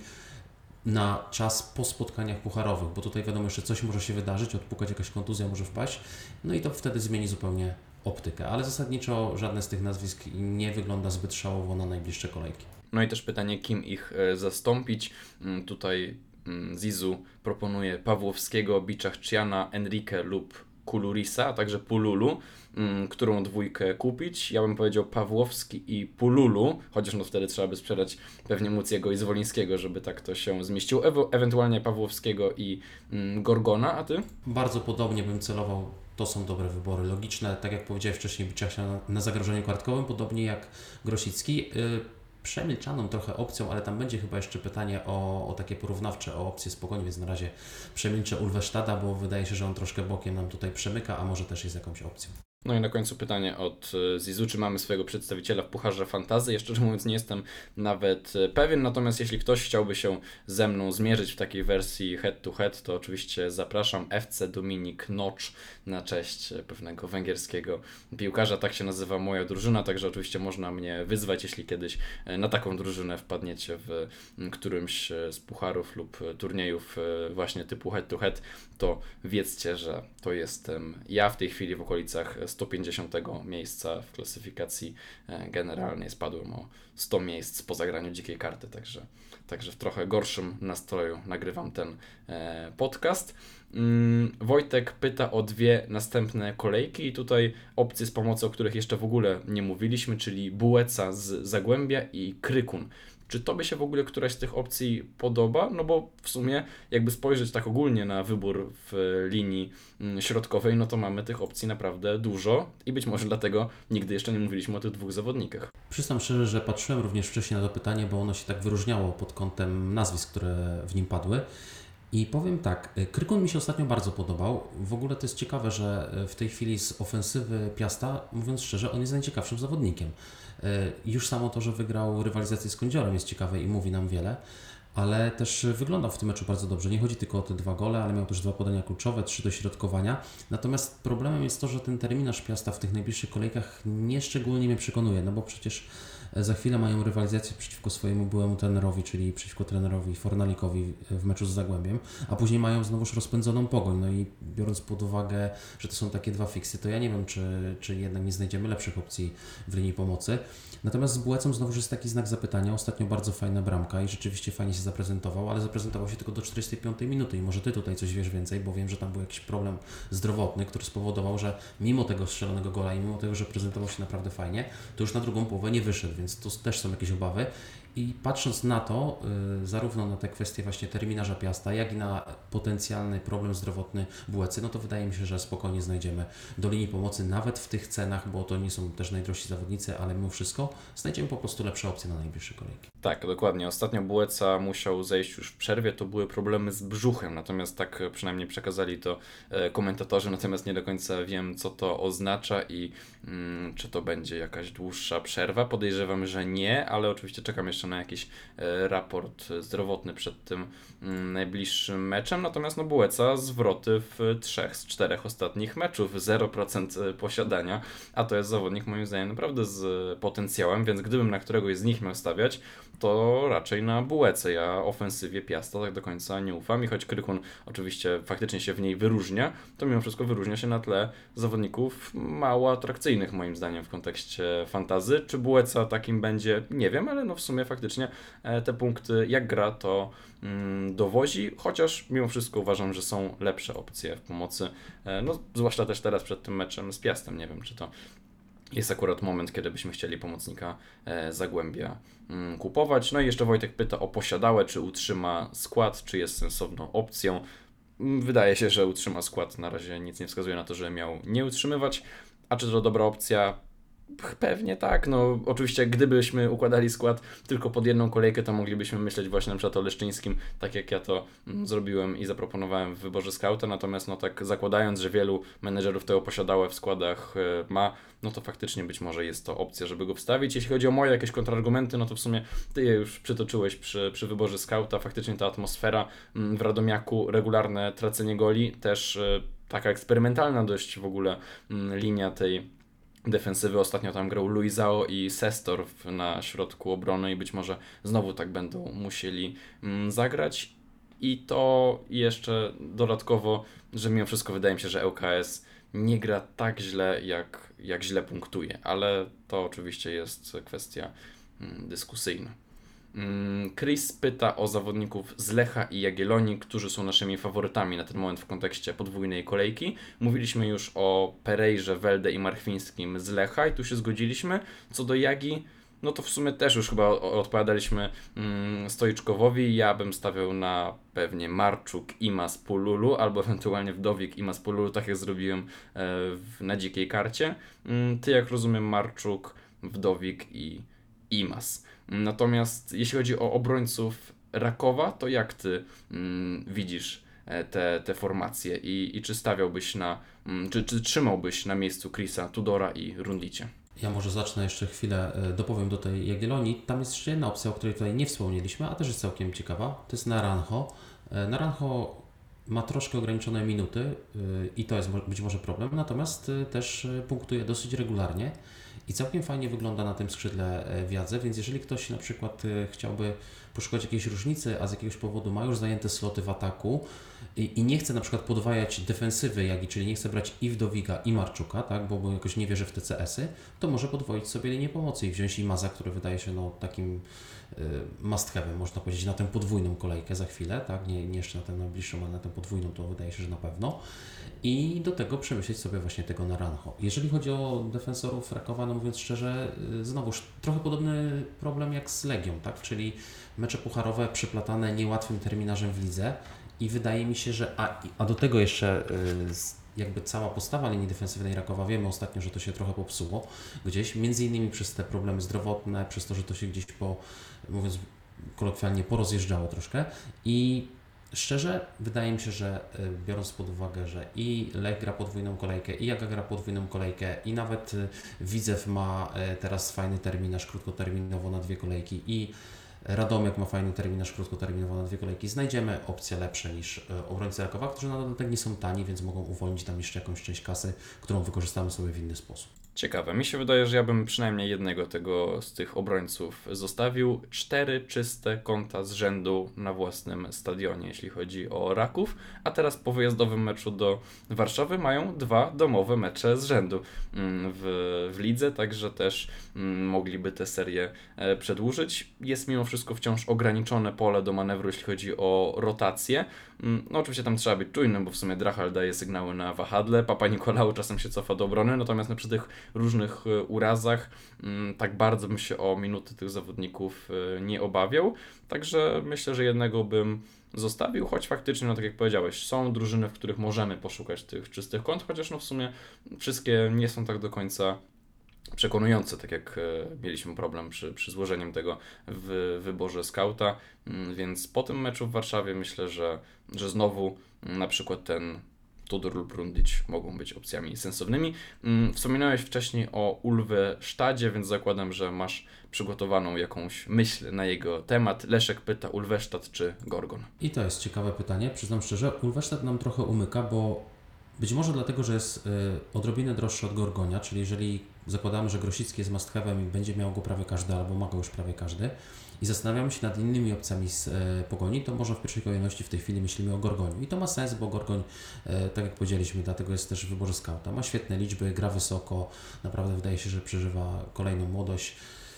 na czas po spotkaniach pucharowych, bo tutaj wiadomo, jeszcze coś może się wydarzyć, odpukać jakaś kontuzja może wpaść, no i to wtedy zmieni zupełnie optykę, ale zasadniczo żadne z tych nazwisk nie wygląda zbyt szałowo na najbliższe kolejki. No i też pytanie, kim ich zastąpić. Tutaj Zizu proponuje Pawłowskiego, Biczachciana, Enrique lub Kulurisa, a także Pululu, którą dwójkę kupić. Ja bym powiedział Pawłowski i Pululu, chociaż no wtedy trzeba by sprzedać pewnie Muciego i Zwolińskiego, żeby tak to się zmieściło. Ewentualnie Pawłowskiego i Gorgona, a ty? Bardzo podobnie bym celował. To są dobre wybory, logiczne. Tak jak powiedziałeś wcześniej, Biczachcian na zagrożeniu kartkowym, podobnie jak Grosicki. Przemilczaną trochę opcją, ale tam będzie chyba jeszcze pytanie o takie porównawcze, o opcje z Pogoni, więc na razie przemilczę Ulwestada, bo wydaje się, że on troszkę bokiem nam tutaj przemyka, a może też jest jakąś opcją. No i na końcu pytanie od Zizu, czy mamy swojego przedstawiciela w Pucharze Fantasy? Ja szczerze mówiąc nie jestem nawet pewien, natomiast jeśli ktoś chciałby się ze mną zmierzyć w takiej wersji head to head, to oczywiście zapraszam. FC Dominik Nocz na cześć pewnego węgierskiego piłkarza, tak się nazywa moja drużyna, także oczywiście można mnie wyzwać, jeśli kiedyś na taką drużynę wpadniecie w którymś z pucharów lub turniejów właśnie typu head to head, to wiedzcie, że to jestem ja w tej chwili w okolicach 150 miejsca w klasyfikacji generalnej. Spadłem o 100 miejsc po zagraniu dzikiej karty, także w trochę gorszym nastroju nagrywam ten podcast. Wojtek pyta o 2 następne kolejki i tutaj opcje z pomocy, o których jeszcze w ogóle nie mówiliśmy, czyli Bułeca z Zagłębia i Krykun. Czy Tobie się w ogóle któraś z tych opcji podoba? No bo w sumie jakby spojrzeć tak ogólnie na wybór w linii środkowej, no to mamy tych opcji naprawdę dużo i być może dlatego nigdy jeszcze nie mówiliśmy o tych dwóch zawodnikach. Przyznam szczerze, że patrzyłem również wcześniej na to pytanie, bo ono się tak wyróżniało pod kątem nazwisk, które w nim padły. I powiem tak, Krykun mi się ostatnio bardzo podobał. W ogóle to jest ciekawe, że w tej chwili z ofensywy Piasta, mówiąc szczerze, on jest najciekawszym zawodnikiem. Już samo to, że wygrał rywalizację z Kądziorem jest ciekawe i mówi nam wiele, ale też wyglądał w tym meczu bardzo dobrze. Nie chodzi tylko o te 2 gole, ale miał też 2 podania kluczowe, 3 dośrodkowania. Natomiast problemem jest to, że ten terminarz Piasta w tych najbliższych kolejkach nie szczególnie mnie przekonuje, no bo przecież za chwilę mają rywalizację przeciwko swojemu byłemu trenerowi, czyli przeciwko trenerowi Fornalikowi w meczu z Zagłębiem, a później mają znowuż rozpędzoną Pogoń. No i biorąc pod uwagę, że to są takie 2 fiksy, to ja nie wiem, czy jednak nie znajdziemy lepszych opcji w linii pomocy. Natomiast z Bułecą znowuż jest taki znak zapytania. Ostatnio bardzo fajna bramka i rzeczywiście fajnie się zaprezentował, ale zaprezentował się tylko do 45 minuty i może Ty tutaj coś wiesz więcej, bo wiem, że tam był jakiś problem zdrowotny, który spowodował, że mimo tego strzelonego gola i mimo tego, że prezentował się naprawdę fajnie, to już na drugą połowę nie wyszedł, więc tu też są jakieś obawy. I patrząc na to, zarówno na te kwestie właśnie terminarza Piasta, jak i na potencjalny problem zdrowotny Bułecy, no to wydaje mi się, że spokojnie znajdziemy do linii pomocy, nawet w tych cenach, bo to nie są też najdrożsi zawodnicy, ale mimo wszystko znajdziemy po prostu lepsze opcje na najbliższe kolejki. Tak, dokładnie. Ostatnio Bułeca musiał zejść już w przerwie, to były problemy z brzuchem, natomiast tak przynajmniej przekazali to komentatorzy, natomiast nie do końca wiem, co to oznacza i czy to będzie jakaś dłuższa przerwa. Podejrzewam, że nie, ale oczywiście czekam jeszcze na jakiś raport zdrowotny przed tym najbliższym meczem, natomiast no Bułeca zwroty w 3 z 4 ostatnich meczów, 0% posiadania, a to jest zawodnik moim zdaniem naprawdę z potencjałem, więc gdybym na któregoś z nich miał stawiać, to raczej na Bułecę. Ja ofensywie Piasta tak do końca nie ufam i choć Krykun oczywiście faktycznie się w niej wyróżnia, to mimo wszystko wyróżnia się na tle zawodników mało atrakcyjnych moim zdaniem w kontekście fantasy. Czy Bułeca takim będzie? Nie wiem, ale no w sumie faktycznie te punkty jak gra to dowozi, chociaż mimo wszystko uważam, że są lepsze opcje w pomocy, no zwłaszcza też teraz przed tym meczem z Piastem. Nie wiem, czy to jest akurat moment, kiedy byśmy chcieli pomocnika Zagłębia kupować. No i jeszcze Wojtek pyta o Posiadałę, czy utrzyma skład, czy jest sensowną opcją. Wydaje się, że utrzyma skład. Na razie nic nie wskazuje na to, że miał nie utrzymywać. A czy to dobra opcja? Pewnie tak, no oczywiście gdybyśmy układali skład tylko pod jedną kolejkę, to moglibyśmy myśleć właśnie na przykład o Leszczyńskim, tak jak ja to zrobiłem i zaproponowałem w wyborze skauta, natomiast no tak zakładając, że wielu menedżerów tego Posiadałe w składach ma, no to faktycznie być może jest to opcja, żeby go wstawić. Jeśli chodzi o moje jakieś kontrargumenty, no to w sumie Ty je już przytoczyłeś przy wyborze skauta, faktycznie ta atmosfera w Radomiaku, regularne tracenie goli, też taka eksperymentalna dość w ogóle linia tej defensywy. Ostatnio tam grał Luizao i Sestorf na środku obrony i być może znowu tak będą musieli zagrać. I to jeszcze dodatkowo, że mimo wszystko wydaje mi się, że ŁKS nie gra tak źle, jak źle punktuje, ale to oczywiście jest kwestia dyskusyjna. Chris pyta o zawodników z Lecha i Jagiellonii, którzy są naszymi faworytami na ten moment w kontekście podwójnej kolejki. Mówiliśmy już o Perejrze, Welde i Marchwińskim z Lecha i tu się zgodziliśmy. Co do Jagi, no to w sumie też już chyba odpowiadaliśmy Stoiczkowowi. Ja bym stawiał na pewnie Marczuk, Imas, Pululu, albo ewentualnie Wdowik, Imas, Pululu, tak jak zrobiłem na dzikiej karcie. Ty, jak rozumiem, Marczuk, Wdowik i Imas. Natomiast jeśli chodzi o obrońców Rakowa, to jak Ty widzisz te formacje i czy stawiałbyś czy trzymałbyś na miejscu Chrisa, Tudora i Rundicie? Ja może zacznę jeszcze chwilę, dopowiem do tej Jagiellonii. Tam jest jeszcze jedna opcja, o której tutaj nie wspomnieliśmy, a też jest całkiem ciekawa. To jest Naranjo. Naranjo ma troszkę ograniczone minuty i to jest być może problem, natomiast też punktuje dosyć regularnie i całkiem fajnie wygląda na tym skrzydle Wiadze, więc jeżeli ktoś na przykład chciałby poszukać jakiejś różnicy, a z jakiegoś powodu ma już zajęte sloty w ataku i nie chce na przykład podwajać defensywy Jagi, czyli nie chce brać i Wdowiga, i Marczuka, tak, bo jakoś nie wierzy w te CS-y, to może podwoić sobie linię pomocy i wziąć Imaza, który wydaje się takim must have'em, można powiedzieć, na tę podwójną kolejkę za chwilę, tak, nie jeszcze na tę najbliższą, ale na tę podwójną to wydaje się, że na pewno. I do tego przemyśleć sobie właśnie tego Naranjo. Jeżeli chodzi o defensorów Rakowa, no mówiąc szczerze, znowuż trochę podobny problem jak z Legią, tak? Czyli mecze pucharowe przyplatane niełatwym terminarzem w lidze i wydaje mi się, że a do tego jeszcze jakby cała postawa linii defensywnej Rakowa, wiemy ostatnio, że to się trochę popsuło gdzieś, między innymi przez te problemy zdrowotne, przez to, że to się gdzieś mówiąc kolokwialnie, porozjeżdżało troszkę i szczerze, wydaje mi się, że biorąc pod uwagę, że i Lech gra podwójną kolejkę, i Jaga gra podwójną kolejkę, i nawet Widzew ma teraz fajny terminarz krótkoterminowo na 2 kolejki, i Radomiak ma fajny terminarz krótkoterminowo na 2 kolejki. Znajdziemy opcje lepsze niż obrońcy Rakowa, którzy na dodatek nie są tani, więc mogą uwolnić tam jeszcze jakąś część kasy, którą wykorzystamy sobie w inny sposób. Ciekawe. Mi się wydaje, że ja bym przynajmniej jednego z tych obrońców zostawił. 4 czyste konta z rzędu na własnym stadionie, jeśli chodzi o Raków, a teraz po wyjazdowym meczu do Warszawy mają 2 domowe mecze z rzędu w lidze, także też mogliby tę serię przedłużyć. Jest mimo wszystko wciąż ograniczone pole do manewru, jeśli chodzi o rotację. No oczywiście tam trzeba być czujnym, bo w sumie Drachal daje sygnały na wahadle, Papa Nikolau czasem się cofa do obrony, natomiast przy tych różnych urazach tak bardzo bym się o minuty tych zawodników nie obawiał, także myślę, że jednego bym zostawił, choć faktycznie, no tak jak powiedziałeś, są drużyny, w których możemy poszukać tych czystych kąt, chociaż no w sumie wszystkie nie są tak do końca przekonujące, tak jak mieliśmy problem przy złożeniem tego w wyborze skauta, więc po tym meczu w Warszawie myślę, że znowu na przykład ten Tudor lub Rundić mogą być opcjami sensownymi. Wspominałeś wcześniej o Ulvestadzie, więc zakładam, że masz przygotowaną jakąś myśl na jego temat. Leszek pyta, Ulvestad czy Gorgon? I to jest ciekawe pytanie. Przyznam szczerze, Ulvestad nam trochę umyka, bo być może dlatego, że jest odrobinę droższy od Gorgonia, czyli jeżeli zakładamy, że Grosicki jest must have'em i będzie miał go prawie każdy, albo ma go już prawie każdy i zastanawiamy się nad innymi opcjami z Pogoni, to może w pierwszej kolejności w tej chwili myślimy o Gorgoniu. I to ma sens, bo Gorgoń, tak jak powiedzieliśmy, dlatego jest też w wyborze skauta. Ma świetne liczby, gra wysoko, naprawdę wydaje się, że przeżywa kolejną młodość.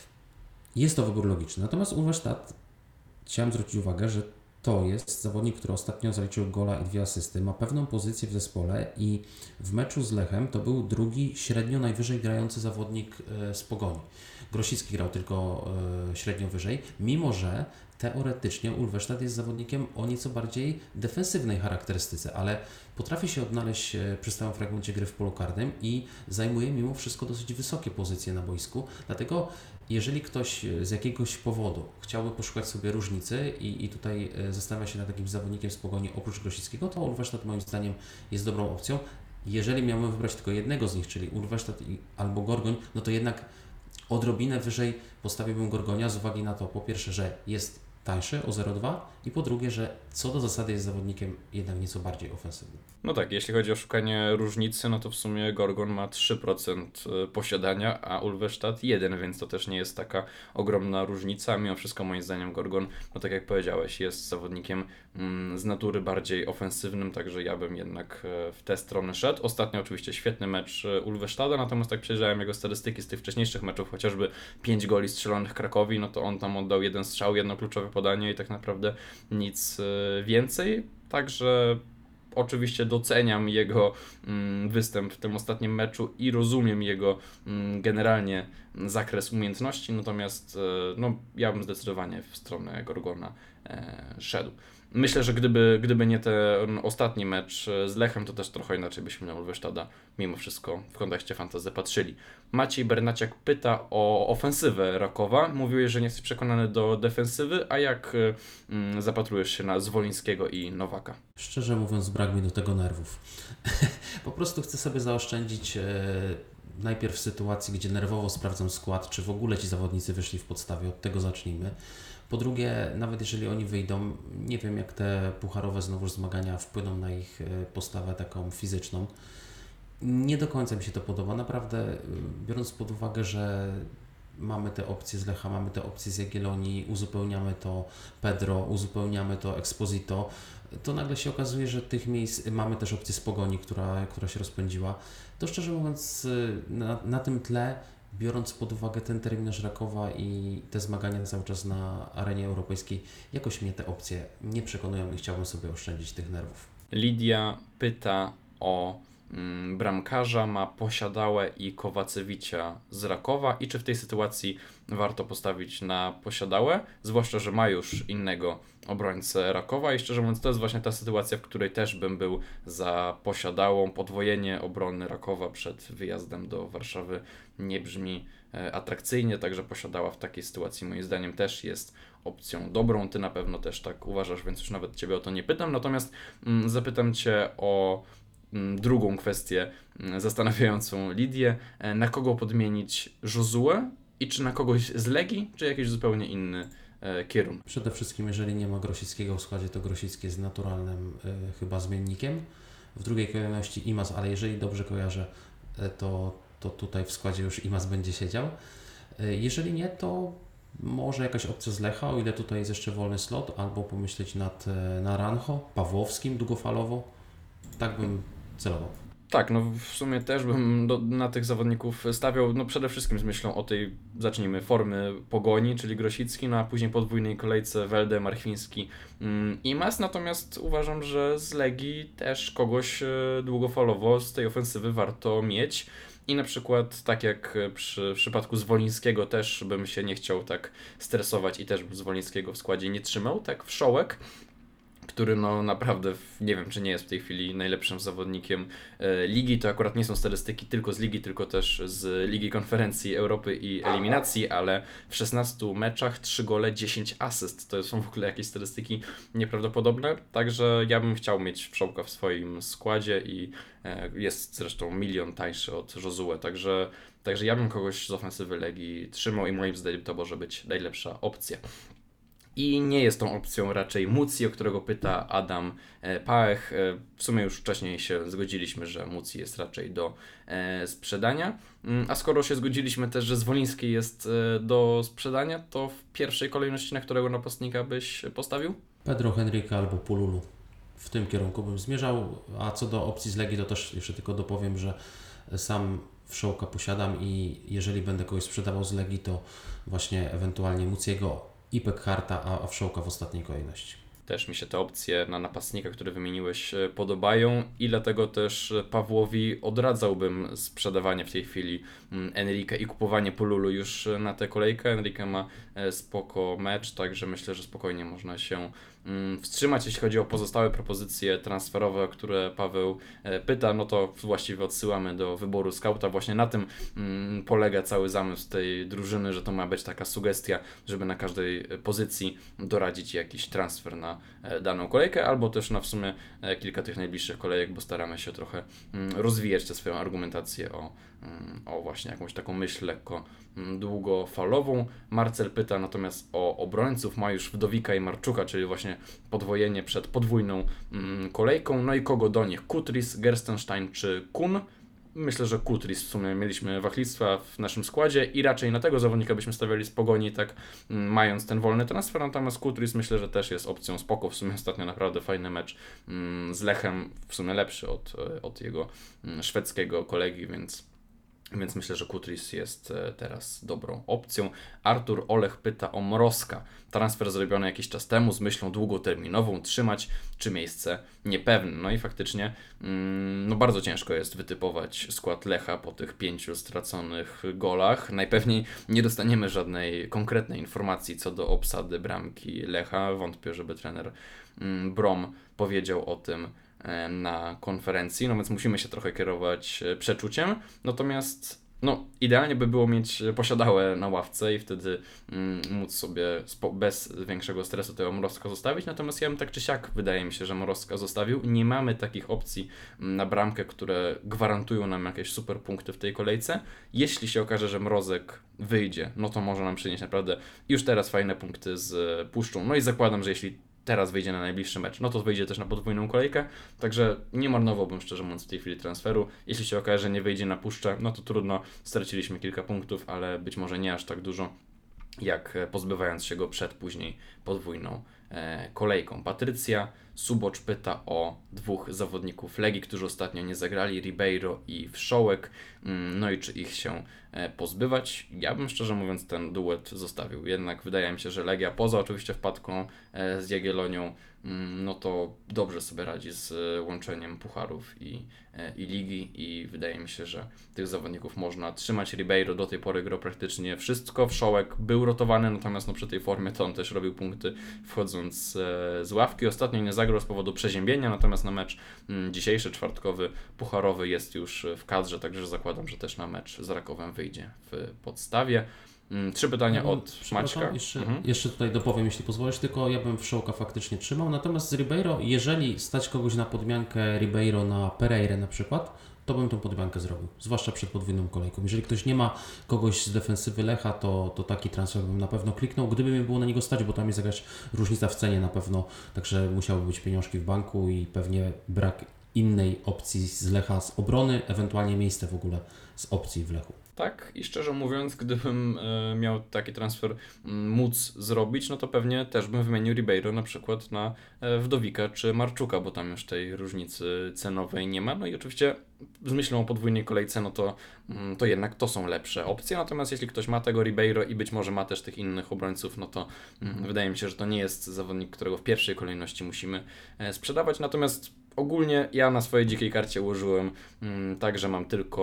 Jest to wybór logiczny. Natomiast Ulvestad, chciałem zwrócić uwagę, że to jest zawodnik, który ostatnio zaliczył gola i 2 asysty, ma pewną pozycję w zespole i w meczu z Lechem to był drugi średnio najwyżej grający zawodnik z Pogoni. Grosicki grał tylko średnio wyżej, mimo że teoretycznie Ulvestad jest zawodnikiem o nieco bardziej defensywnej charakterystyce, ale potrafi się odnaleźć przy stałym fragmencie gry w polu karnym i zajmuje mimo wszystko dosyć wysokie pozycje na boisku, dlatego jeżeli ktoś z jakiegoś powodu chciałby poszukać sobie różnicy i tutaj zastanawia się nad takim zawodnikiem z Pogoni oprócz Grosickiego, to Ulvestad moim zdaniem jest dobrą opcją. Jeżeli miałbym wybrać tylko jednego z nich, czyli Ulvestad albo Gorgoń, no to jednak odrobinę wyżej postawiłbym Gorgonia z uwagi na to, po pierwsze, że jest tańszy o 0,2 i po drugie, że co do zasady jest zawodnikiem jednak nieco bardziej ofensywnym. No tak, jeśli chodzi o szukanie różnicy, no to w sumie Gorgon ma 3% posiadania, a Ulvestad 1%, więc to też nie jest taka ogromna różnica. Mimo wszystko moim zdaniem Gorgon, no tak jak powiedziałeś, jest zawodnikiem z natury bardziej ofensywnym, także ja bym jednak w tę stronę szedł. Ostatnio oczywiście świetny mecz Ulvestada, natomiast tak przejrzałem jego statystyki z tych wcześniejszych meczów, chociażby 5 goli strzelonych Krakowi, no to on tam oddał 1 strzał, 1 kluczowe podanie i tak naprawdę nic więcej, także oczywiście doceniam jego występ w tym ostatnim meczu i rozumiem jego generalnie zakres umiejętności, natomiast no, ja bym zdecydowanie w stronę Gorgona szedł. Myślę, że gdyby nie ten ostatni mecz z Lechem, to też trochę inaczej byśmy na Ulvestada mimo wszystko w kontekście fantasy patrzyli. Maciej Bernaciak pyta o ofensywę Rakowa. Mówiłeś, że nie jesteś przekonany do defensywy, a jak zapatrujesz się na Zwolińskiego i Nowaka? Szczerze mówiąc, brak mi do tego nerwów. Po prostu chcę sobie zaoszczędzić najpierw w sytuacji, gdzie nerwowo sprawdzam skład, czy w ogóle ci zawodnicy wyszli w podstawie, od tego zacznijmy. Po drugie, nawet jeżeli oni wyjdą, nie wiem jak te pucharowe znowuż zmagania wpłyną na ich postawę taką fizyczną. Nie do końca mi się to podoba. Naprawdę, biorąc pod uwagę, że mamy te opcje z Lecha, mamy te opcje z Jagiellonii, uzupełniamy to Pedro, uzupełniamy to Exposito, to nagle się okazuje, że tych miejsc, mamy też opcję z Pogoni, która się rozpędziła. To szczerze mówiąc, na tym tle, biorąc pod uwagę ten terminarz Rakowa i te zmagania cały czas na arenie europejskiej, jakoś mnie te opcje nie przekonują i chciałbym sobie oszczędzić tych nerwów. Lidia pyta o bramkarza, ma Posiadałę i Kowacewicza z Rakowa i czy w tej sytuacji warto postawić na Posiadałę, zwłaszcza, że ma już innego obrońcę Rakowa i szczerze mówiąc to jest właśnie ta sytuacja, w której też bym był za Posiadałą. Podwojenie obrony Rakowa przed wyjazdem do Warszawy nie brzmi atrakcyjnie, także Posiadała w takiej sytuacji moim zdaniem też jest opcją dobrą. Ty na pewno też tak uważasz, więc już nawet Ciebie o to nie pytam, natomiast zapytam Cię o drugą kwestię zastanawiającą Lidię. Na kogo podmienić Josuę i czy na kogoś z Legii, czy jakiś zupełnie inny kierunek? Przede wszystkim, jeżeli nie ma Grosickiego w składzie, to Grosicki jest naturalnym chyba zmiennikiem. W drugiej kolejności Imaz, ale jeżeli dobrze kojarzę, to tutaj w składzie już Imaz będzie siedział. Jeżeli nie, to może jakaś opcja z Lecha, o ile tutaj jest jeszcze wolny slot, albo pomyśleć nad Naranjo, Pawłowskim długofalowo. Tak bym celował. Tak, no w sumie też bym na tych zawodników stawiał, no przede wszystkim z myślą o tej, zacznijmy, formy Pogoni, czyli Grosicki, no a później podwójnej kolejce Welde, Marchwiński, Imaz, natomiast uważam, że z Legii też kogoś długofalowo z tej ofensywy warto mieć. I na przykład, tak jak w przypadku Zwolińskiego też bym się nie chciał tak stresować i też bym Zwolińskiego w składzie nie trzymał, tak Wszołek, który no naprawdę nie wiem, czy nie jest w tej chwili najlepszym zawodnikiem ligi. To akurat nie są statystyki tylko z ligi, tylko też z Ligi Konferencji Europy i Eliminacji, ale w 16 meczach 3 gole, 10 asyst. To są w ogóle jakieś statystyki nieprawdopodobne, także ja bym chciał mieć Wszołka w swoim składzie i jest zresztą milion tańszy od Josue, także ja bym kogoś z ofensywy Legii trzymał i moim zdaniem to może być najlepsza opcja. I nie jest tą opcją raczej Muci, o którego pyta Adam Pałech. W sumie już wcześniej się zgodziliśmy, że Muci jest raczej do sprzedania. A skoro się zgodziliśmy też, że Zwoliński jest do sprzedania, to w pierwszej kolejności na którego napastnika byś postawił? Pedro Henrique albo Pululu. W tym kierunku bym zmierzał, a co do opcji z Legii, to też jeszcze tylko dopowiem, że sam Wszołka posiadam i jeżeli będę kogoś sprzedawał z Legii, to właśnie ewentualnie Muciego i Pekharta, a Wszołka w ostatniej kolejności. Też mi się te opcje na napastnika, które wymieniłeś, podobają i dlatego też Pawłowi odradzałbym sprzedawanie w tej chwili Enrique i kupowanie Pululu już na tę kolejkę. Enrique ma spoko mecz, także myślę, że spokojnie można się wstrzymać. Jeśli chodzi o pozostałe propozycje transferowe, o które Paweł pyta, no to właściwie odsyłamy do wyboru skauta. Właśnie na tym polega cały zamysł tej drużyny, że to ma być taka sugestia, żeby na każdej pozycji doradzić jakiś transfer na daną kolejkę, albo też na w sumie kilka tych najbliższych kolejek, bo staramy się trochę rozwijać tę swoją argumentację o właśnie jakąś taką myśl lekko długofalową. Marcel pyta natomiast o obrońców, ma już Wdowika i Marczuka, czyli właśnie podwojenie przed podwójną kolejką. No i kogo do nich? Kutris, Gerstenstein czy Kun? Myślę, że Kutris w sumie mieliśmy wachlictwa w naszym składzie i raczej na tego zawodnika byśmy stawiali z Pogoni, tak mając ten wolny transfer, natomiast Kutris myślę, że też jest opcją spoko, w sumie ostatnio naprawdę fajny mecz z Lechem, w sumie lepszy od jego szwedzkiego kolegi, więc myślę, że Kutris jest teraz dobrą opcją. Artur Olech pyta o Mrozka. Transfer zrobiony jakiś czas temu z myślą długoterminową, trzymać czy miejsce niepewne. No i faktycznie no bardzo ciężko jest wytypować skład Lecha po tych 5 straconych golach. Najpewniej nie dostaniemy żadnej konkretnej informacji co do obsady bramki Lecha. Wątpię, żeby trener Brom powiedział o tym na konferencji, no więc musimy się trochę kierować przeczuciem, natomiast no, idealnie by było mieć Posiadałę na ławce i wtedy móc sobie bez większego stresu tego Mrozka zostawić, natomiast ja bym tak czy siak, wydaje mi się, że Mrozka zostawił. Nie mamy takich opcji na bramkę, które gwarantują nam jakieś super punkty w tej kolejce. Jeśli się okaże, że Mrozek wyjdzie, no to może nam przynieść naprawdę już teraz fajne punkty z Puszczą. No i zakładam, że jeśli teraz wyjdzie na najbliższy mecz, no to wyjdzie też na podwójną kolejkę, także nie marnowałbym szczerze mówiąc w tej chwili transferu. Jeśli się okaże, że nie wyjdzie na puszczę, no to trudno, straciliśmy kilka punktów, ale być może nie aż tak dużo, jak pozbywając się go przed później podwójną kolejką. Patrycja Subocz pyta o dwóch zawodników Legii, którzy ostatnio nie zagrali, Ribeiro i Wszołek, no i czy ich się pozbywać. Ja bym szczerze mówiąc ten duet zostawił, jednak wydaje mi się, że Legia poza oczywiście wpadką z Jagiellonią, no to dobrze sobie radzi z łączeniem pucharów i ligi i wydaje mi się, że tych zawodników można trzymać. Ribeiro do tej pory grał praktycznie wszystko, Wszołek był rotowany, natomiast no przy tej formie to on też robił punkty wchodząc z ławki. Ostatnio nie zagrał z powodu przeziębienia, natomiast na mecz dzisiejszy, czwartkowy, pucharowy jest już w kadrze, także zakładam, że też na mecz z Rakowem wyjdzie w podstawie. 3 pytania od Maćka. Jeszcze tutaj dopowiem, jeśli pozwolisz, tylko ja bym Wszołka faktycznie trzymał, natomiast z Ribeiro, jeżeli stać kogoś na podmiankę Ribeiro na Pereirę na przykład, to bym tą podmiankę zrobił, zwłaszcza przed podwójną kolejką. Jeżeli ktoś nie ma kogoś z defensywy Lecha, to taki transfer bym na pewno kliknął, gdyby mi było na niego stać, bo tam jest jakaś różnica w cenie na pewno, także musiały być pieniążki w banku i pewnie brak innej opcji z Lecha z obrony, ewentualnie miejsce w ogóle z opcji w Lechu. Tak, i szczerze mówiąc, gdybym miał taki transfer móc zrobić, no to pewnie też bym wymienił Ribeiro na przykład na Wdowika czy Marczuka, bo tam już tej różnicy cenowej nie ma. No i oczywiście z myślą o podwójnej kolejce, no to jednak to są lepsze opcje. Natomiast jeśli ktoś ma tego Ribeiro i być może ma też tych innych obrońców, no to wydaje mi się, że to nie jest zawodnik, którego w pierwszej kolejności musimy sprzedawać. Natomiast ogólnie ja na swojej dzikiej karcie ułożyłem tak, że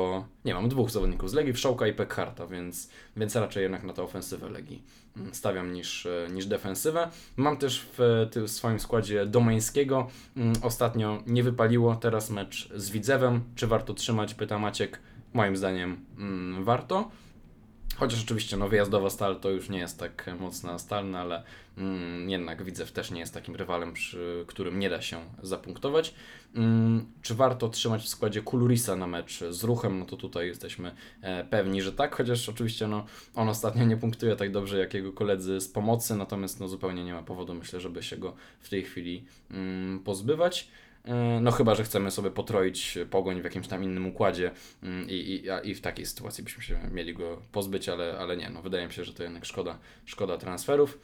mam dwóch zawodników z Legii, Wszołka i Pekharta, więc raczej jednak na tę ofensywę Legii stawiam niż defensywę. Mam też w swoim składzie Domańskiego, ostatnio nie wypaliło, teraz mecz z Widzewem, czy warto trzymać, pyta Maciek, moim zdaniem warto. Chociaż oczywiście wyjazdowa Stal to już nie jest tak mocna Stal, no ale jednak Widzew też nie jest takim rywalem, przy którym nie da się zapunktować. Czy warto trzymać w składzie Kulurisa na mecz z Ruchem? No to tutaj jesteśmy pewni, że tak, chociaż oczywiście on ostatnio nie punktuje tak dobrze jak jego koledzy z pomocy, natomiast zupełnie nie ma powodu, myślę, żeby się go w tej chwili pozbywać. No chyba, że chcemy sobie potroić Pogoń w jakimś tam innym układzie i w takiej sytuacji byśmy się mieli go pozbyć, ale nie, wydaje mi się, że to jednak szkoda transferów.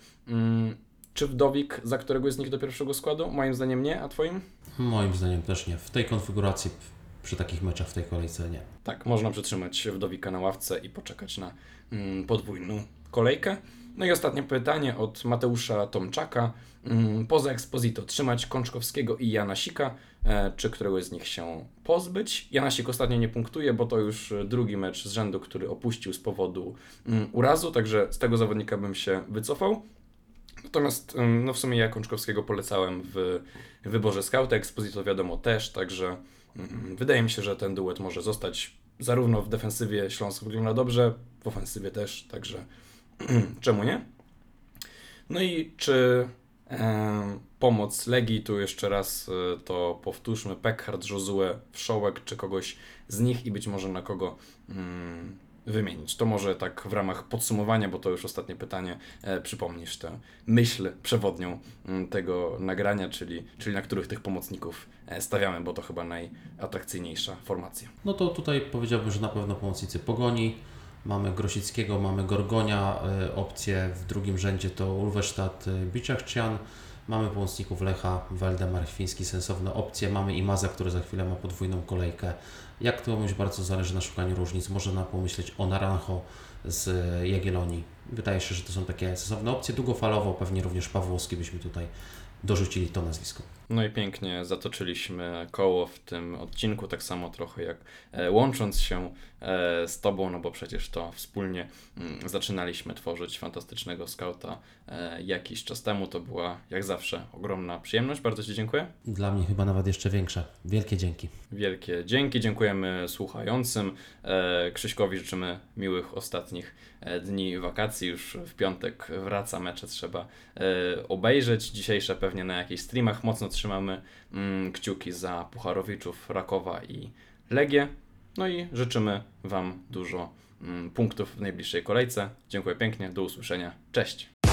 Czy Wdowik za któregoś z nich do pierwszego składu? Moim zdaniem nie, a twoim? Moim zdaniem też nie. W tej konfiguracji, przy takich meczach w tej kolejce nie. Tak, można przytrzymać Wdowika na ławce i poczekać na podwójną kolejkę. No i ostatnie pytanie od Mateusza Tomczaka. Poza Exposito trzymać Kączkowskiego i Janasika, czy któregoś z nich się pozbyć? Janasik ostatnio nie punktuje, bo to już drugi mecz z rzędu, który opuścił z powodu urazu, także z tego zawodnika bym się wycofał. Natomiast w sumie ja Kączkowskiego polecałem w wyborze skauta, Exposito wiadomo też, także wydaje mi się, że ten duet może zostać zarówno w defensywie Śląsk wygląda dobrze, w ofensywie też, także czemu nie? No i czy pomoc Legii, tu jeszcze raz to powtórzmy, Pekhart, Josue, Wszołek, czy kogoś z nich i być może na kogo wymienić. To może tak w ramach podsumowania, bo to już ostatnie pytanie, przypomnisz tę myśl przewodnią tego nagrania, czyli na których tych pomocników stawiamy, bo to chyba najatrakcyjniejsza formacja. No to tutaj powiedziałbym, że na pewno pomocnicy Pogoni. Mamy Grosickiego, mamy Gorgonia, opcje w drugim rzędzie to Ulwesztat, Biczachcian, mamy pomocników Lecha, Waldemar Chwiński, sensowne opcje, mamy Imaza, który za chwilę ma podwójną kolejkę. Jak komuś bardzo zależy na szukaniu różnic, można pomyśleć o Naranjo z Jagiellonii. Wydaje się, że to są takie sensowne opcje. Długofalowo pewnie również Pawłowski byśmy tutaj dorzucili to nazwisko. No i pięknie zatoczyliśmy koło w tym odcinku, tak samo trochę jak łącząc się z Tobą, no bo przecież to wspólnie zaczynaliśmy tworzyć fantastycznego skauta jakiś czas temu. To była jak zawsze ogromna przyjemność. Bardzo Ci dziękuję. Dla mnie chyba nawet jeszcze większa. Wielkie dzięki. Wielkie dzięki. Dziękujemy słuchającym. Krzyśkowi życzymy miłych ostatnich dni wakacji. Już w piątek wraca, mecze trzeba obejrzeć. Dzisiejsze pewnie na jakichś streamach. Mocno trzymamy kciuki za Pucharowiczów, Rakowa i Legię. No i życzymy Wam dużo punktów w najbliższej kolejce. Dziękuję pięknie, do usłyszenia. Cześć!